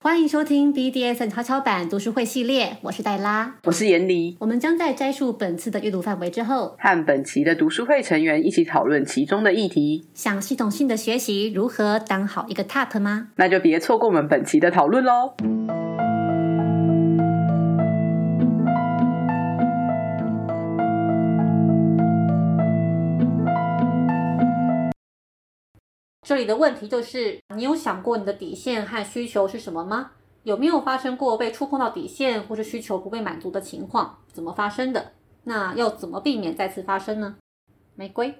欢迎收听 BDSM 悄悄版读书会系列，我是黛拉， 我是严黎。 我们将在摘述本次的阅读范围之后， 和本期的读书会成员一起讨论其中的议题。 想系统性的学习如何当好一个 TOP 吗？ 那就别错过我们本期的讨论咯。 这里的问题就是，你有想过你的底线和需求是什么吗？有没有发生过被触碰到底线或是需求不被满足的情况？怎么发生的？那要怎么避免再次发生呢？玫瑰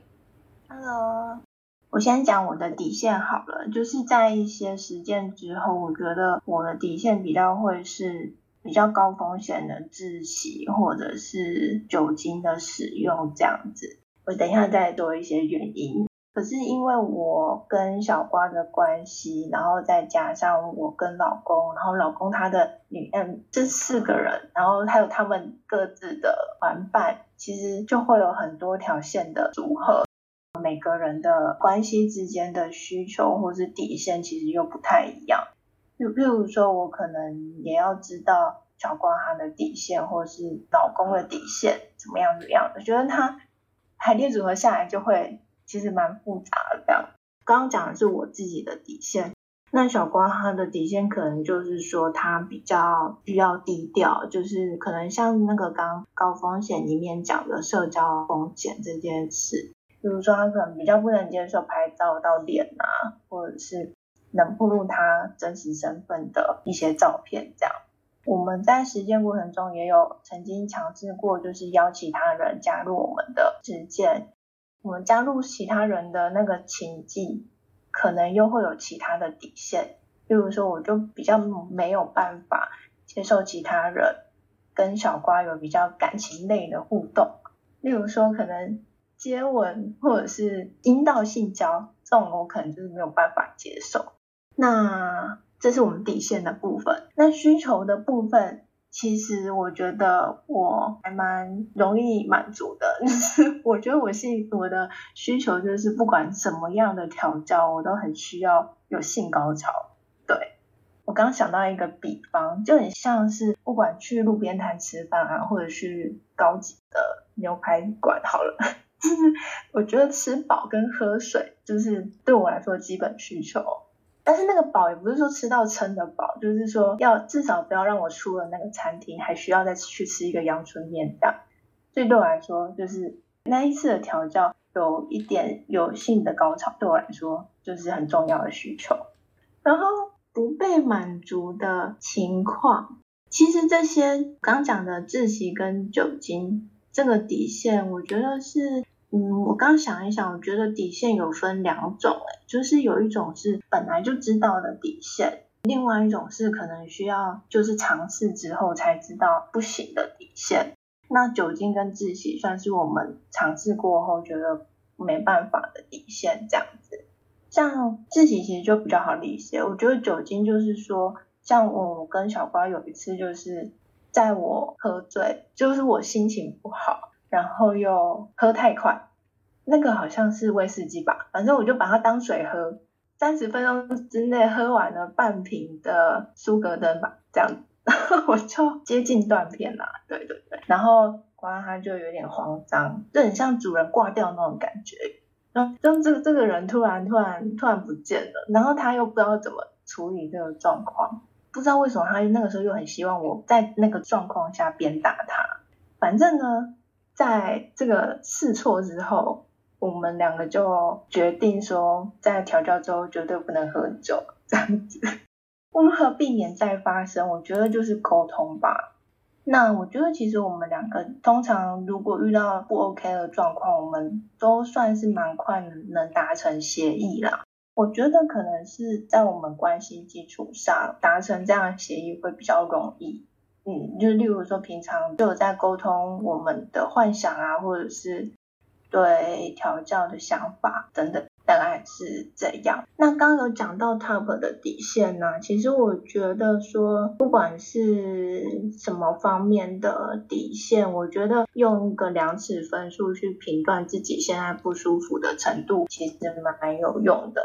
Hello， 我先讲我的底线好了，就是在一些实践之后，我觉得我的底线比较会是比较高风险的窒息或者是酒精的使用这样子，我等一下再多一些原因。可是因为我跟小瓜的关系，然后再加上我跟老公，然后老公他的女 M 这4个人，然后还有他们各自的玩伴，其实就会有很多条线的组合，每个人的关系之间的需求或是底线其实又不太一样。譬如说我可能也要知道小瓜他的底线或是老公的底线怎么样，我觉得他排列组合下来就会其实蛮复杂的这样。刚刚讲的是我自己的底线，那小瓜他的底线可能就是说他比较需要低调，就是可能像那个刚高风险里面讲的社交风险这件事，比如说他可能比较不能接受拍照到脸啊，或者是能暴露他真实身份的一些照片这样。我们在实践过程中也有曾经尝试过，就是邀其他人加入我们的实践，我们加入其他人的那个情境可能又会有其他的底线，例如说我就比较没有办法接受其他人跟小瓜有比较感情类的互动，例如说可能接吻或者是阴道性交，这种我可能就是没有办法接受。那这是我们底线的部分。那需求的部分，其实我觉得我还蛮容易满足的，就是我觉得我的需求就是不管什么样的调教我都很需要有性高潮。对，我刚想到一个比方，就很像是不管去路边摊吃饭啊，或者去高级的牛排馆好了，就是我觉得吃饱跟喝水就是对我来说基本需求，但是那个饱也不是说吃到撑的饱，就是说要至少不要让我出了那个餐厅还需要再去吃一个阳春面这样。所以对我来说，就是那一次的调教有一点有性的高潮，对我来说就是很重要的需求。然后不被满足的情况，其实这些刚讲的窒息跟酒精这个底线，我觉得是我刚想一想，我觉得底线有分2种，就是有一种是本来就知道的底线，另外一种是可能需要就是尝试之后才知道不行的底线。那酒精跟窒息算是我们尝试过后觉得没办法的底线这样子。像窒息其实就比较好理解，我觉得酒精就是说，像我跟小瓜有一次就是在我喝醉，就是我心情不好，然后又喝太快，那个好像是威士忌吧，反正我就把它当水喝，30分钟之内喝完了半瓶的苏格登吧，这样我就接近断片啦。对，然后瓜他就有点慌张，就很像主人挂掉那种感觉，然后这个人突然不见了，然后他又不知道怎么处理这个状况，不知道为什么他那个时候又很希望我在那个状况下鞭打他。反正呢，在这个试错之后，我们2个就决定说，在调教之后绝对不能喝酒，这样子。如何避免再发生？我觉得就是沟通吧。那我觉得其实我们2个通常如果遇到不 OK 的状况，我们都算是蛮快能达成协议啦。我觉得可能是在我们关系基础上达成这样的协议会比较容易。就例如说平常就有在沟通我们的幻想啊，或者是对调教的想法等等，大概是这样。那刚刚有讲到 TOP 的底线呢，其实我觉得说不管是什么方面的底线，我觉得用一个量尺分数去评断自己现在不舒服的程度其实蛮有用的。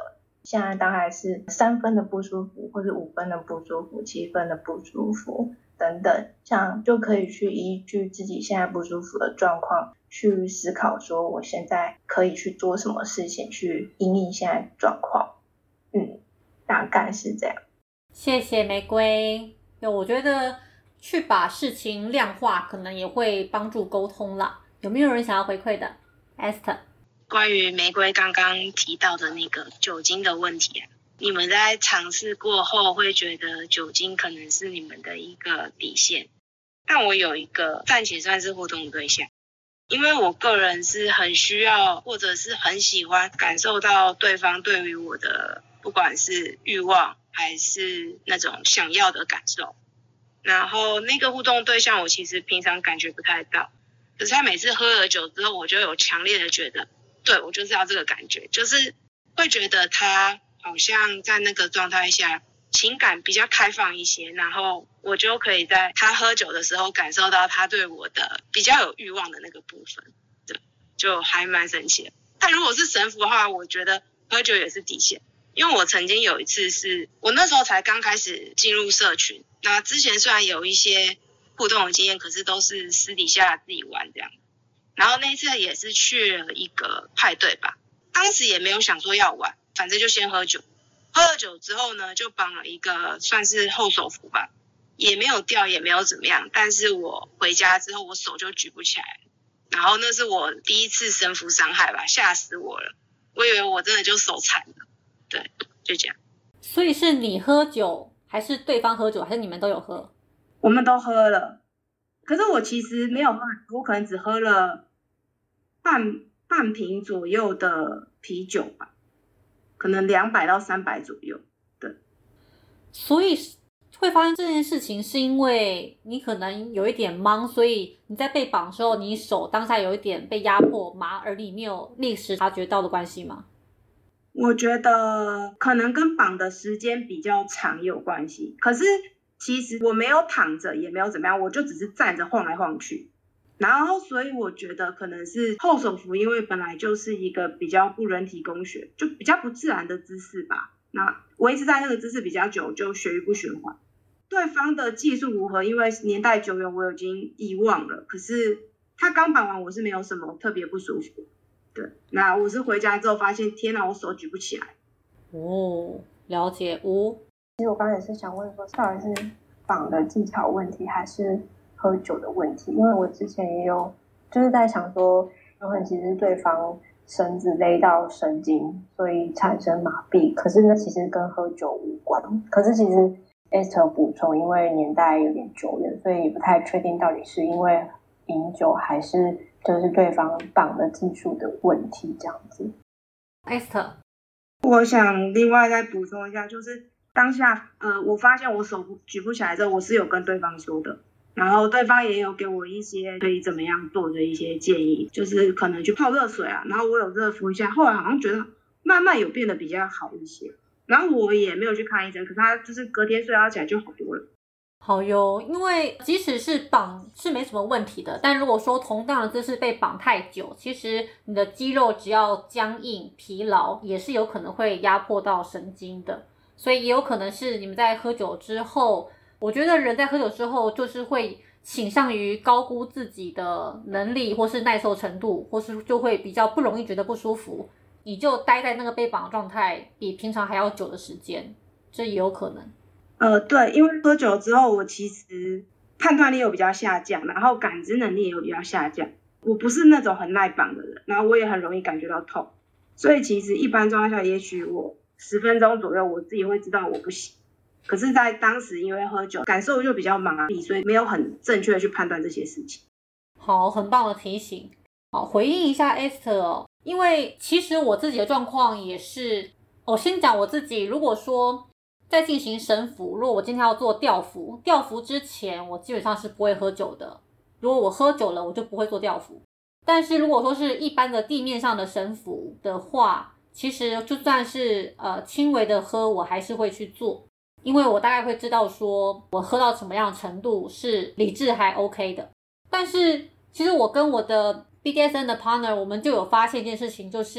现在大概是3分的不舒服，或者5分的不舒服，7分的不舒服等等，这样就可以去依据自己现在不舒服的状况去思考说我现在可以去做什么事情去因应现在状况。大概是这样。 谢谢玫瑰。我觉得去把事情量化可能也会帮助沟通啦。有没有人想要回馈的？ Esther。 关于玫瑰刚刚提到的那个酒精的问题你们在尝试过后会觉得酒精可能是你们的一个底线。但我有一个暂且算是互动对象，因为我个人是很需要或者是很喜欢感受到对方对于我的不管是欲望还是那种想要的感受，然后那个互动对象我其实平常感觉不太到，可是他每次喝了酒之后我就有强烈的觉得，对，我就是要这个感觉，就是会觉得他好像在那个状态下情感比较开放一些，然后我就可以在他喝酒的时候感受到他对我的比较有欲望的那个部分，对，就还蛮神奇的。但如果是神父的话，我觉得喝酒也是底线，因为我曾经有一次是我那时候才刚开始进入社群，那之前虽然有一些互动的经验，可是都是私底下自己玩这样。然后那一次也是去了一个派对吧，当时也没有想说要玩，反正就先喝酒。喝了酒之后呢，就绑了一个算是后手符吧，也没有掉，也没有怎么样。但是我回家之后，我手就举不起来，然后那是我第一次身负伤害吧，吓死我了，我以为我真的就手残了。对，就这样。 所以是你喝酒，还是对方喝酒，还是你们都有喝？ 我们都喝了，可是我其实没有喝，我可能只喝了半瓶左右的啤酒吧，可能200到300左右。对， 所以会发生这件事情是因为你可能有一点懵，所以你在被绑的时候，你手当下有一点被压迫麻，而你没有立时察觉到的关系吗？ 我觉得可能跟绑的时间比较长有关系，可是其实我没有躺着，也没有怎么样，我就只是站着晃来晃去。然后所以我觉得可能是后手符，因为本来就是一个比较不人体工学，就比较不自然的姿势吧，那维持在那个姿势比较久，就血液不循环。对方的技术如何，因为年代久远我已经遗忘了，可是他刚绑完我是没有什么特别不舒服。对，那我是回家之后发现，天哪，我手举不起来。 哦，了解。 其实我刚才也是想问说，到底是绑的技巧问题还是喝酒的问题？因为我之前也有就是在想说，有可能其实对方绳子勒到神经，所以产生麻痹，可是那其实跟喝酒无关。可是其实 Esther 补充，因为年代有点久远，所以也不太确定到底是因为饮酒还是就是对方绑的技术的问题这样子。 Esther， 我想另外再补充一下，就是当下我发现我手举不起来之后，我是有跟对方说的，然后对方也有给我一些可以怎么样做的一些建议，就是可能去泡热水啊，然后我有热敷一下，后来好像觉得慢慢有变得比较好一些，然后我也没有去看医生，可是他就是隔天睡觉起来就好多了。 好哟，因为即使是绑是没什么问题的，但如果说同样的姿势被绑太久，其实你的肌肉只要僵硬疲劳，也是有可能会压迫到神经的，所以也有可能是你们在喝酒之后，我觉得人在喝酒之后就是会倾向于高估自己的能力或是耐受程度，或是就会比较不容易觉得不舒服，你就待在那个被绑的状态比平常还要久的时间，这也有可能。 对，因为喝酒之后，我其实判断力有比较下降，然后感知能力也有比较下降。我不是那种很耐绑的人，然后我也很容易感觉到痛，所以其实一般状态下，也许我10分钟左右，我自己会知道我不行。可是，在当时因为喝酒，感受就比较麻痹，所以没有很正确的去判断这些事情。 好，很棒的提醒。好，回应一下 Esther 哦，因为其实我自己的状况也是，先讲我自己，如果说在进行神符，如果我今天要做吊符之前我基本上是不会喝酒的，如果我喝酒了我就不会做吊符。但是如果说是一般的地面上的神符的话，其实就算是轻微的喝我还是会去做，因为我大概会知道说我喝到什么样的程度是理智还 OK 的。但是其实我跟我的 BDSM 的 partner 我们就有发现一件事情，就是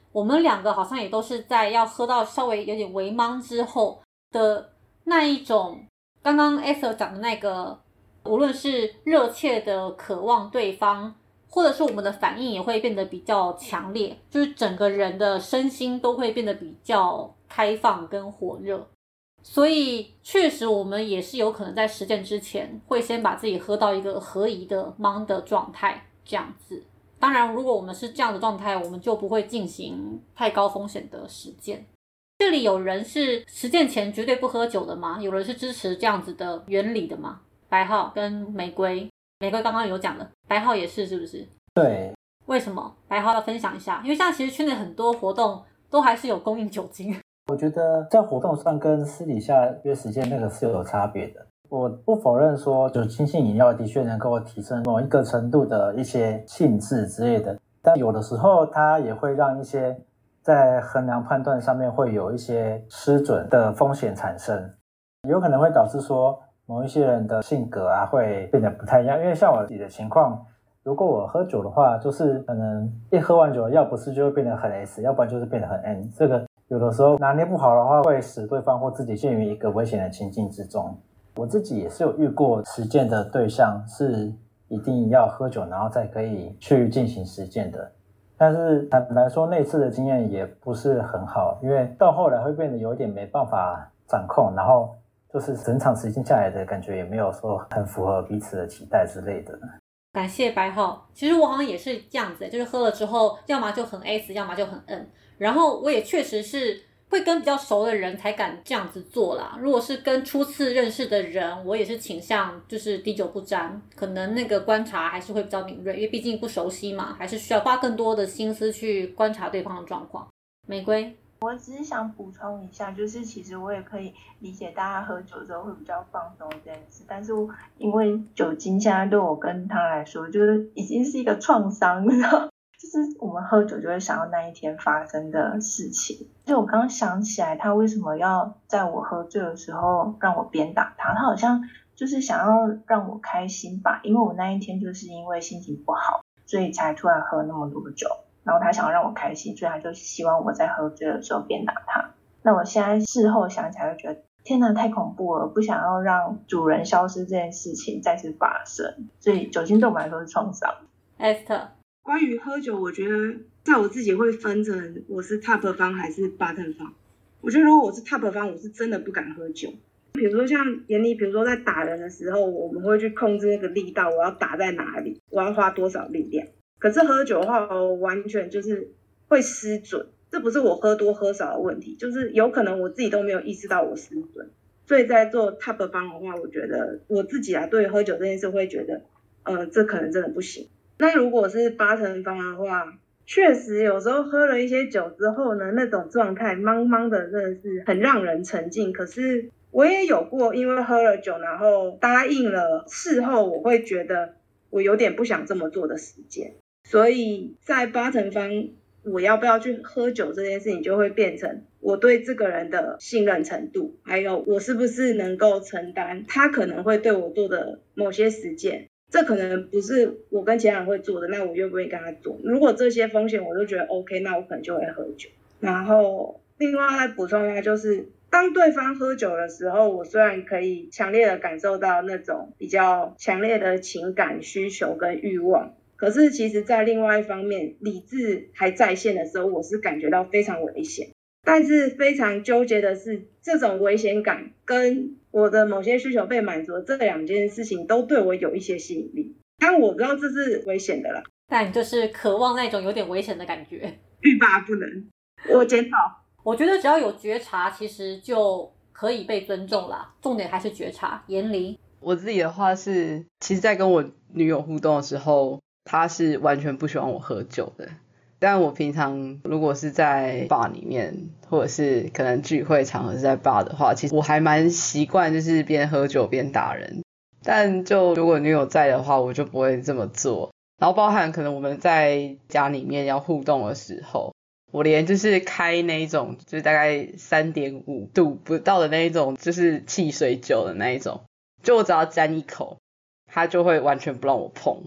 我们两个好像也都是在要喝到稍微有点微茫之后的那一种，刚刚 Esther 讲的那个，无论是热切的渴望对方，或者是我们的反应也会变得比较强烈，就是整个人的身心都会变得比较开放跟火热。所以确实我们也是有可能在实践之前会先把自己喝到一个合宜的茫的状态，这样子。当然如果我们是这样的状态，我们就不会进行太高风险的实践。这里有人是实践前绝对不喝酒的吗？有人是支持这样子的原理的吗？白皓跟玫瑰刚刚有讲的，白皓也是不是？ 对。 为什么？白皓要分享一下，因为像其实圈内很多活动都还是有供应酒精。 我觉得在活动上跟私底下约时间那个是有差别的。我不否认说酒精性饮料的确能够提升某一个程度的一些兴致之类的，但有的时候它也会让一些在衡量判断上面会有一些失准的风险产生，有可能会导致说某一些人的性格啊会变得不太一样。因为像我自己的情况，如果我喝酒的话，就是可能一喝完酒，要不是就会变得很 S， 要不然就是变得很 N， 这个有的时候拿捏不好的话，会使对方或自己陷于一个危险的情境之中。我自己也是有遇过实践的对象是一定要喝酒然后再可以去进行实践的，但是坦白说那次的经验也不是很好，因为到后来会变得有点没办法掌控，然后就是整场实践下来的感觉也没有说很符合彼此的期待之类的。 感谢白皓。其实我好像也是这样子，就是喝了之后要么就很 S， 要么就很 N， 然后我也确实是会跟比较熟的人才敢这样子做啦。如果是跟初次认识的人，我也是倾向就是滴酒不沾，可能那个观察还是会比较敏锐，因为毕竟不熟悉嘛，还是需要花更多的心思去观察对方的状况。玫瑰， 我只是想补充一下，就是其实我也可以理解大家喝酒之后会比较放松这件事，但是因为酒精现在对我跟他来说就是已经是一个创伤，你知道，就是我们喝酒就会想到那一天发生的事情。就我刚刚想起来，他为什么要在我喝醉的时候让我鞭打他，他好像就是想要让我开心吧，因为我那一天就是因为心情不好，所以才突然喝那么多酒，然后他想要让我开心，所以他就希望我在喝醉的时候鞭打他。那我现在事后想起来就觉得天哪，太恐怖了，不想要让主人消失这件事情再次发生，所以酒精对我们来说是创伤。 Esther， 关于喝酒，我觉得在我自己会分成我是 top 方还是 bottom 方。我觉得如果我是 top 方，我是真的不敢喝酒。比如说像严厉，比如说在打人的时候，我们会去控制那个力道，我要打在哪里，我要花多少力量。可是喝酒的话，我完全就是会失准，这不是我喝多喝少的问题，就是有可能我自己都没有意识到我失准。所以在做 top 方的话，我觉得我自己对喝酒这件事会觉得这可能真的不行。那如果是bottom方的话，确实有时候喝了一些酒之后呢，那种状态茫茫的真的是很让人沉浸。可是我也有过因为喝了酒然后答应了，事后我会觉得我有点不想这么做的时间。所以在bottom方，我要不要去喝酒这件事情就会变成我对这个人的信任程度，还有我是不是能够承担他可能会对我做的某些实践。这可能不是我跟其他人会做的，那我愿不愿意跟他做？如果这些风险我都觉得 OK， 那我可能就会喝酒。然后另外再补充一下，就是当对方喝酒的时候，我虽然可以强烈的感受到那种比较强烈的情感需求跟欲望，可是其实在另外一方面，理智还在线的时候，我是感觉到非常危险。但是非常纠结的是，这种危险感跟我的某些需求被满足的这两件事情都对我有一些吸引力，但我知道这是危险的啦。 但你就是渴望那种有点危险的感觉， 欲罢不能。我检讨， 我觉得只要有觉察，其实就可以被尊重啦。重点还是觉察。严离， 我自己的话是，其实在跟我女友互动的时候，她是完全不喜欢我喝酒的。但我平常如果是在 bar 里面，或者是可能聚会场合是在 bar 的话，其实我还蛮习惯就是边喝酒边打人。但就如果女友在的话，我就不会这么做。然后包含可能我们在家里面要互动的时候，我连就是开那一种就是大概 3.5 度不到的那一种就是汽水酒的那一种，就我只要沾一口，他就会完全不让我碰。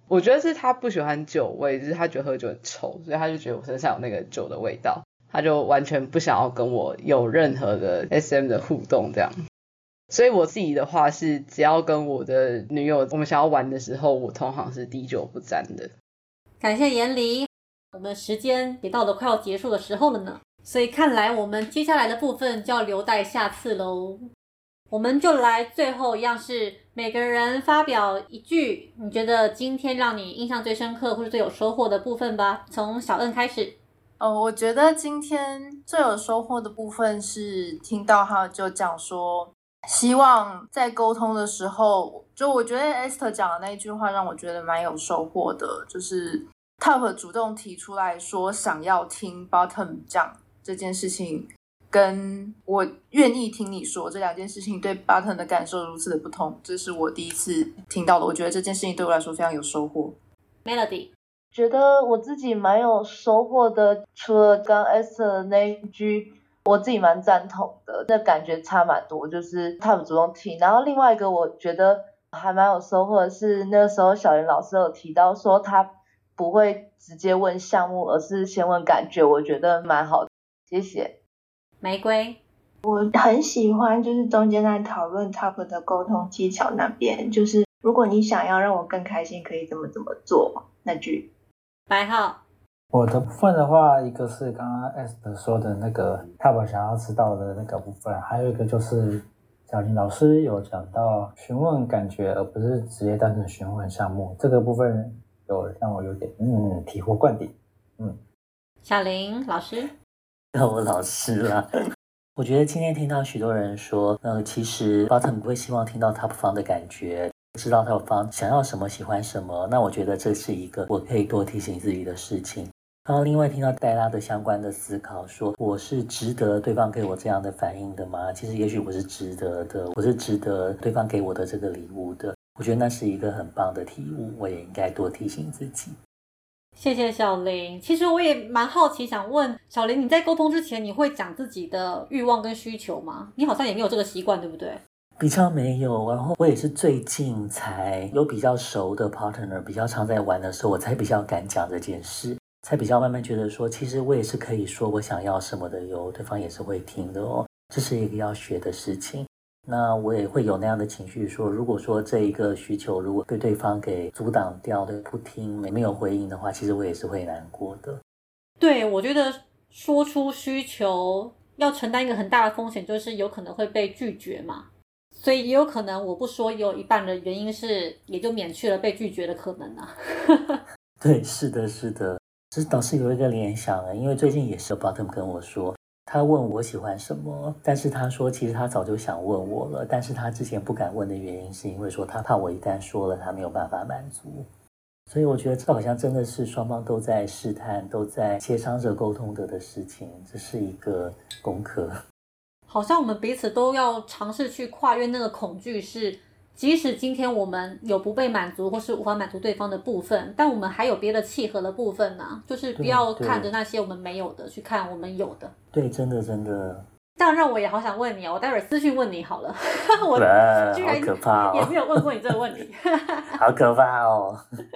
我觉得是他不喜欢酒味，就是他觉得喝酒很臭，所以他就觉得我身上有那个酒的味道，他就完全不想要跟我有任何的 SM 的互动这样。所以我自己的话是，只要跟我的女友我们想要玩的时候，我通常是滴酒不沾的。 感谢严离，我们时间也到了快要结束的时候了呢，所以看来我们接下来的部分就要留待下次咯。我们就来最后一样是每个人发表一句你觉得今天让你印象最深刻或是最有收获的部分吧，从小恩开始。 我觉得今天最有收获的部分是听到他就讲说希望在沟通的时候，就我觉得 Esther 讲的那一句话让我觉得蛮有收获的，就是 Top 主动提出来说想要听 Bottom 讲这件事情，跟我愿意听你说这两件事情对 Bottom 的感受如此的不同，这是我第一次听到的，我觉得这件事情对我来说非常有收获。 Melody 觉得我自己蛮有收获的，除了刚 Esther 的那一句我自己蛮赞同的，那感觉差蛮多，就是他们主动提。然后另外一个我觉得还蛮有收获的是，那个时候小云老师有提到说他不会直接问项目，而是先问感觉，我觉得蛮好的。谢谢。 玫瑰， 我很喜欢就是中间在讨论 Top 的沟通技巧那边，就是如果你想要让我更开心可以怎么做那句。 白浩， 我的部分的话，一个是刚刚 Esther 说的那个 Top 想要知道的那个部分，还有一个就是小林老师有讲到询问感觉，而不是直接单纯询问项目，这个部分有让我有点醍醐灌顶。 小林老师， 我老师啦。我觉得今天听到许多人说，其实 Bottom 不会希望听到 Top 方的感觉，知道 Top 方想要什么，喜欢什么。那我觉得这是一个我可以多提醒自己的事情。然后另外听到戴拉的相关的思考，说我是值得对方给我这样的反应的吗？其实也许我是值得的，我是值得对方给我的这个礼物的。我觉得那是一个很棒的体悟，我也应该多提醒自己。 谢谢小林。其实我也蛮好奇，想问小林，你在沟通之前你会讲自己的欲望跟需求吗？你好像也没有这个习惯，对不对？ 比较没有，然后我也是最近才有比较熟的 partner， 比较常在玩的时候，我才比较敢讲这件事，才比较慢慢觉得说，其实我也是可以说我想要什么的哟，对方也是会听的哦，这是一个要学的事情。那我也会有那样的情绪说，如果说这一个需求如果被对方给阻挡掉的，不听没有回应的话，其实我也是会难过的。 对，我觉得说出需求要承担一个很大的风险，就是有可能会被拒绝嘛，所以也有可能我不说，也有一半的原因是也就免去了被拒绝的可能啊。 对，是的是的，这倒是有一个联想，因为最近也是 Bottom 跟我说，他问我喜欢什么，但是他说其实他早就想问我了，但是他之前不敢问的原因是因为说他怕我一旦说了他没有办法满足。所以我觉得这好像真的是双方都在试探，都在协商着沟通的事情，这是一个功课。 好像我们彼此都要尝试去跨越那个恐惧，是即使今天我们有不被满足或是无法满足对方的部分，但我们还有别的契合的部分呢，就是不要看着那些我们没有的，去看我们有的。 对，真的真的。 这样让我也好想问你哦，我待会儿私讯问你好了。我居然好可怕哦， 也没有问过你这个问题。 好可怕哦。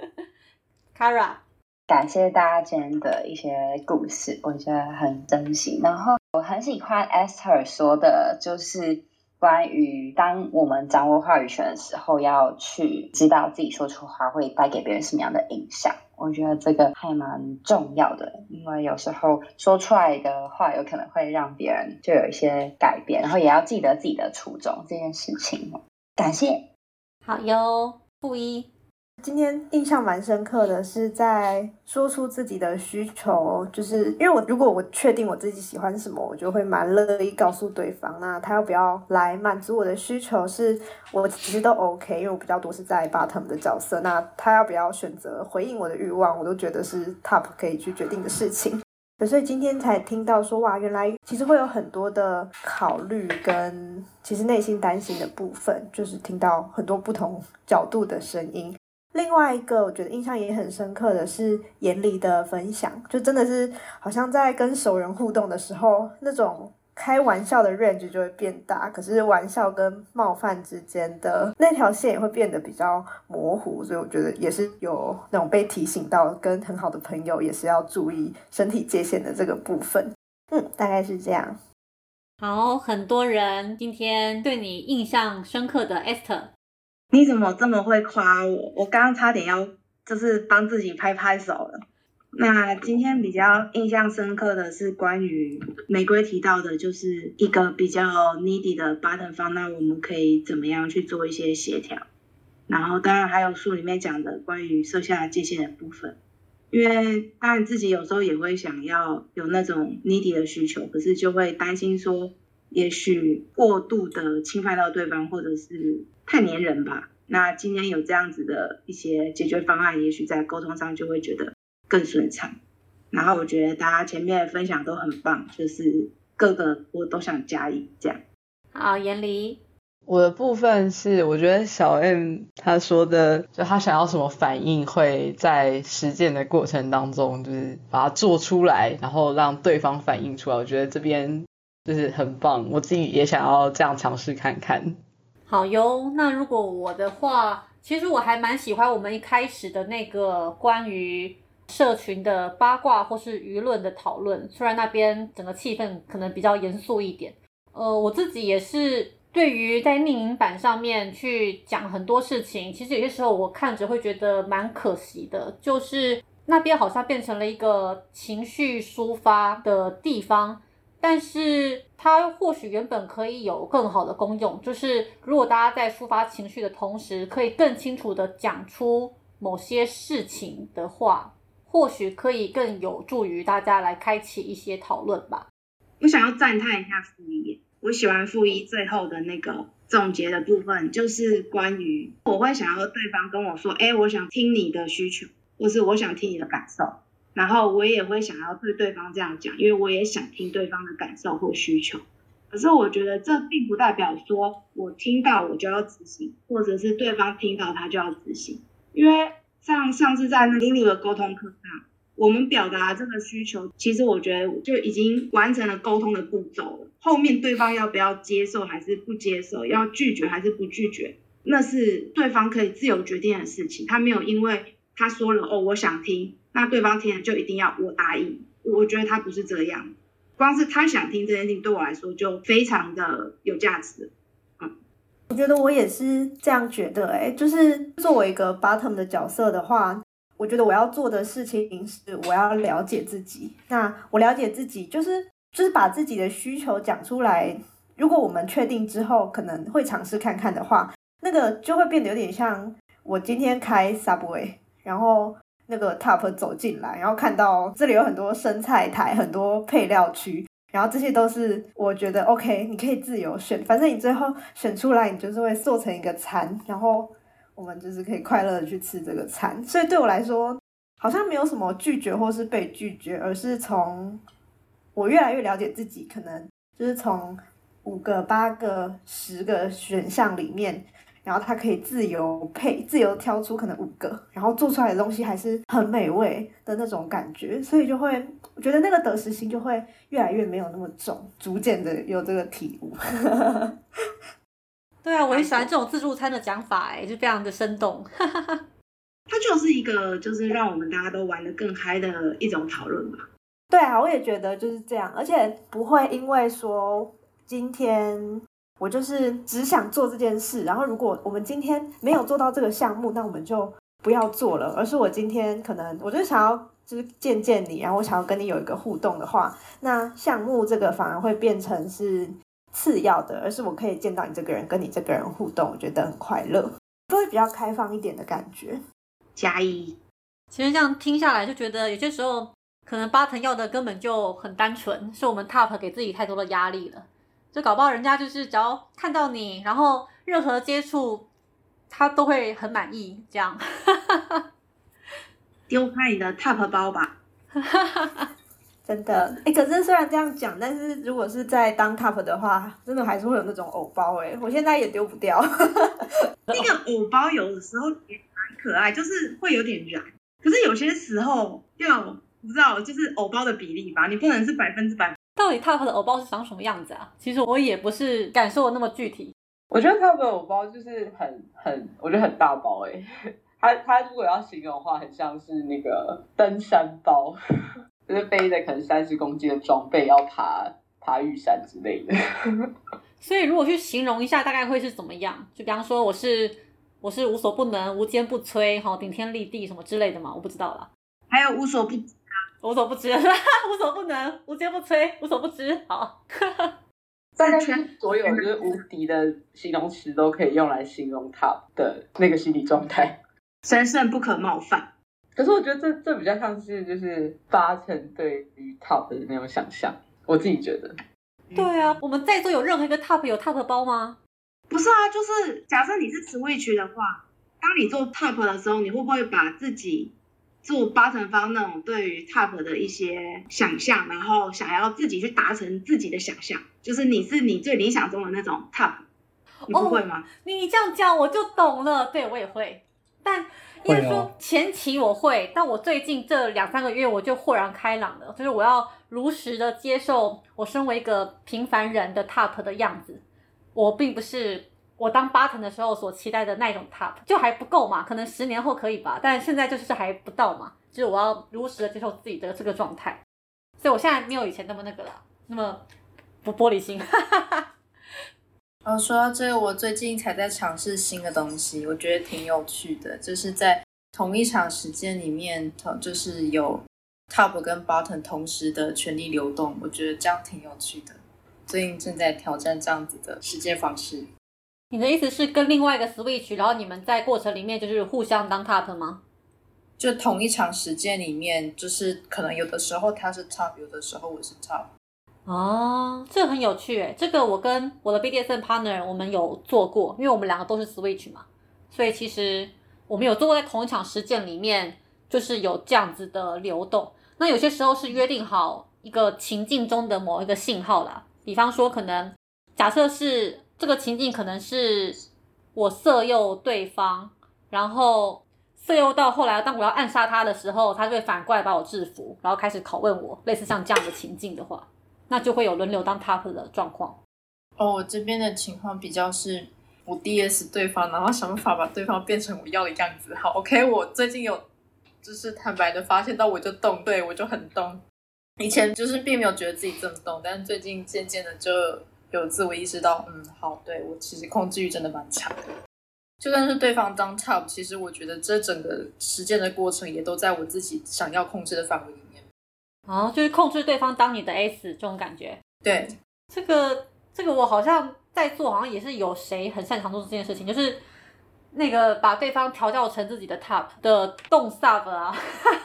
Kara， 感谢大家今天的一些故事，我觉得很珍惜。然后我很喜欢 Esther 说的，就是关于当我们掌握话语权的时候，要去知道自己说出话会带给别人什么样的影响。我觉得这个还蛮重要的，因为有时候说出来的话有可能会让别人就有一些改变，然后也要记得自己的初衷这件事情。感谢。 好哟，负一。 今天印象蛮深刻的是在说出自己的需求，就是因为如果我确定我自己喜欢什么，我就会蛮乐意告诉对方，那他要不要来满足我的需求是我其实都 OK， 因为我比较多是在 bottom 的角色，那他要不要选择回应我的欲望，我都觉得是 top 可以去决定的事情。所以今天才听到说，哇，原来其实会有很多的考虑跟其实内心担心的部分，就是听到很多不同角度的声音。另外一个我觉得印象也很深刻的是严离的分享，就真的是好像在跟熟人互动的时候，那种开玩笑的 range 就会变大，可是玩笑跟冒犯之间的那条线也会变得比较模糊，所以我觉得也是有那种被提醒到跟很好的朋友也是要注意身体界限的这个部分。大概是这样。 好，很多人今天对你印象深刻的 Esther， 你怎么这么会夸我？我刚刚差点要就是帮自己拍拍手了。那今天比较印象深刻的是关于玫瑰提到的，就是一个比较 needy 的 bottom 方，那我们可以怎么样去做一些协调？然后当然还有书里面讲的关于设下界限的部分，因为当然自己有时候也会想要有那种 needy 的需求，可是就会担心说，也许过度的侵犯到对方，或者是太黏人吧。那今天有这样子的一些解决方案，也许在沟通上就会觉得更顺畅。然后我觉得大家前面的分享都很棒，就是各个我都想加一这样。 好，严黎。 我的部分是我觉得小 M 他说的，就他想要什么反应会在实践的过程当中就是把它做出来，然后让对方反应出来，我觉得这边就是很棒，我自己也想要这样尝试看看。 好哟，那如果我的话，其实我还蛮喜欢我们一开始的那个关于社群的八卦或是舆论的讨论，虽然那边整个气氛可能比较严肃一点。我自己也是对于在匿名版上面去讲很多事情，其实有些时候我看着会觉得蛮可惜的，就是那边好像变成了一个情绪抒发的地方，但是它或许原本可以有更好的功用，就是如果大家在抒发情绪的同时，可以更清楚的讲出某些事情的话，或许可以更有助于大家来开启一些讨论吧。 我想要赞叹一下附一，我喜欢附一最后的那个总结的部分，就是关于我会想要对方跟我说，我想听你的需求，或是我想听你的感受，然后我也会想要对对方这样讲，因为我也想听对方的感受或需求。可是我觉得这并不代表说我听到我就要执行，或者是对方听到他就要执行。因为像上次在那个英语的沟通课上，我们表达这个需求，其实我觉得就已经完成了沟通的步骤了。后面对方要不要接受还是不接受，要拒绝还是不拒绝，那是对方可以自由决定的事情。他没有因为他说了我想听，那对方听了就一定要我答应。我觉得他不是这样，光是他想听这件事情对我来说就非常的有价值。 我觉得我也是这样觉得就是作为一个 bottom 的角色的话，我觉得我要做的事情是我要了解自己。那我了解自己就是把自己的需求讲出来，如果我们确定之后可能会尝试看看的话，那个就会变得有点像我今天开 Subway， 然后那个 Top 走进来，然后看到这里有很多生菜台，很多配料区，然后这些都是我觉得 OK， 你可以自由选，反正你最后选出来你就是会做成一个餐，然后我们就是可以快乐的去吃这个餐。所以对我来说好像没有什么拒绝或是被拒绝，而是从我越来越了解自己，可能就是从5个、8个、10个选项里面，然后它可以自由挑出可能5个，然后做出来的东西还是很美味的那种感觉，所以就会我觉得那个得失心就会越来越没有那么重，逐渐的有这个体悟。 对啊，我也喜欢这种自助餐的讲法，就非常的生动。 它就是一个就是让我们大家都玩得更嗨的一种讨论吧。 对啊，我也觉得就是这样，而且不会因为说今天我就是只想做这件事，然后如果我们今天没有做到这个项目，那我们就不要做了，而是我今天可能我就想要就是见见你，然后我想要跟你有一个互动的话，那项目这个反而会变成是次要的，而是我可以见到你这个人，跟你这个人互动，我觉得很快乐，就会比较开放一点的感觉。 加一。 其实这样听下来就觉得有些时候可能bottom要的根本就很单纯，是我们 top 给自己太多的压力了，就搞不好人家就是只要看到你，然后任何接触他都会很满意这样。 丢开你的 top 包吧。 真的可是虽然这样讲，但是如果是在当 top 的话，真的还是会有那种偶包我现在也丢不掉。 那个偶包有的时候也蛮可爱，就是会有点燃，可是有些时候要不知道就是偶包的比例吧，你不能是100% 到底 Top 的偶包是长什么样子啊？其实我也不是感受的那么具体。 我觉得 Top 的偶包就是我觉得很大包它如果要形容的话，很像是那个登山包，就是背着可能30公斤的装备要爬玉山之类的。 所以如果去形容一下，大概会是怎么样？就比方说我是无所不能、无坚不摧、顶天立地什么之类的嘛，我不知道啦。 还有无所不知无所不知，无所不能、无坚不摧、无所不知。好， 大概所有就是无敌的形容词都可以用来形容 Top 的那个心理状态， 神圣不可冒犯。 可是我觉得这比较像是就是Barton对于 Top 的那种想象，我自己觉得。 对啊，我们在座有任何一个 Top 有 Top 包吗？ 不是啊，就是假设你是 Switch 的话，当你做 Top 的时候，你会不会把自己做8乘方那种对于 Top 的一些想象，然后想要自己去达成自己的想象，就是你是你最理想中的那种 Top， 你不会吗？ 你这样讲我就懂了，对我也会，但应该说前期我会，但我最近这2-3个月我就豁然开朗了，就是我要如实的接受我身为一个平凡人的 Top 的样子，我并不是我当 Barton 的时候所期待的那种 Top， 就还不够嘛，可能10年后可以吧，但现在就是还不到嘛，就是我要如实的接受自己的这个状态，所以我现在没有以前那么那个啦，那么不玻璃心。 说到这个，我最近才在尝试新的东西，我觉得挺有趣的，就是在同一场时间里面，就是有 Top 跟 Bottom 同时的权力流动，我觉得这样挺有趣的。最近正在挑战这样子的实践方式。 你的意思是跟另外一个 Switch， 然后你们在过程里面就是互相当 Top 吗？ 就同一场实践里面，就是可能有的时候他是 Top， 有的时候我是 Top。 哦，这个很有趣耶，这个我跟我的 BDSM partner 我们有做过，因为我们2个都是 Switch 嘛，所以其实我们有做过在同一场实践里面，就是有这样子的流动。那有些时候是约定好一个情境中的某一个信号啦，比方说可能假设是这个情境可能是我色诱对方，然后色诱到后来当我要暗杀他的时候，他就会反过来把我制服，然后开始拷问我，类似像这样的情境的话，那就会有轮流当 Top 的状况。 我这边的情况比较是我 DS 对方，然后想办法把对方变成我要的样子。好 OK， 我最近有就是坦白的发现到我就动，对，我就很动。以前就是并没有觉得自己这么动，但是最近渐渐的就有自我意识到，好，对，我其实控制欲真的蛮强的。就算是对方当 Top， 其实我觉得这整个实践的过程也都在我自己想要控制的范围里面。 就是控制对方当你的 S 这种感觉。 对， 这个我好像在做，好像也是有谁很擅长做这件事情，就是那个把对方调教成自己的 Top 的动 Sub 啊。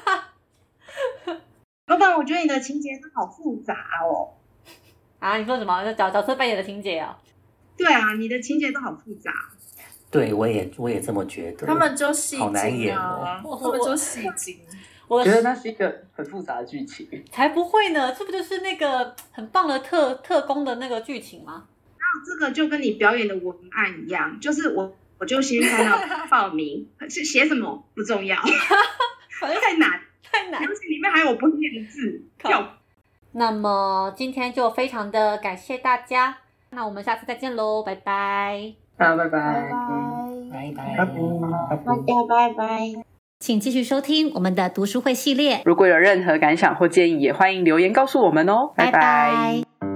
老板，我觉得你的情节都好复杂哦。 啊，你说什么？角色扮演的情节啊？ 对啊，你的情节都好复杂。 对，我也这么觉得。 他们就戏精啊， 好难演哦。 他们就戏精。 我觉得那是一个很复杂的剧情。 才不会呢，这不就是那个很棒的特工的那个剧情吗？ 那这个就跟你表演的文案一样，就是我就先看到报名，是写什么不重要，太难。而且里面还有不念的字。 那么今天就非常的感谢大家，那我们下次再见喽，拜拜。 拜拜。 拜拜。 大家拜拜。 请继续收听我们的读书会系列。 如果有任何感想或建议，也欢迎留言告诉我们哦。拜拜。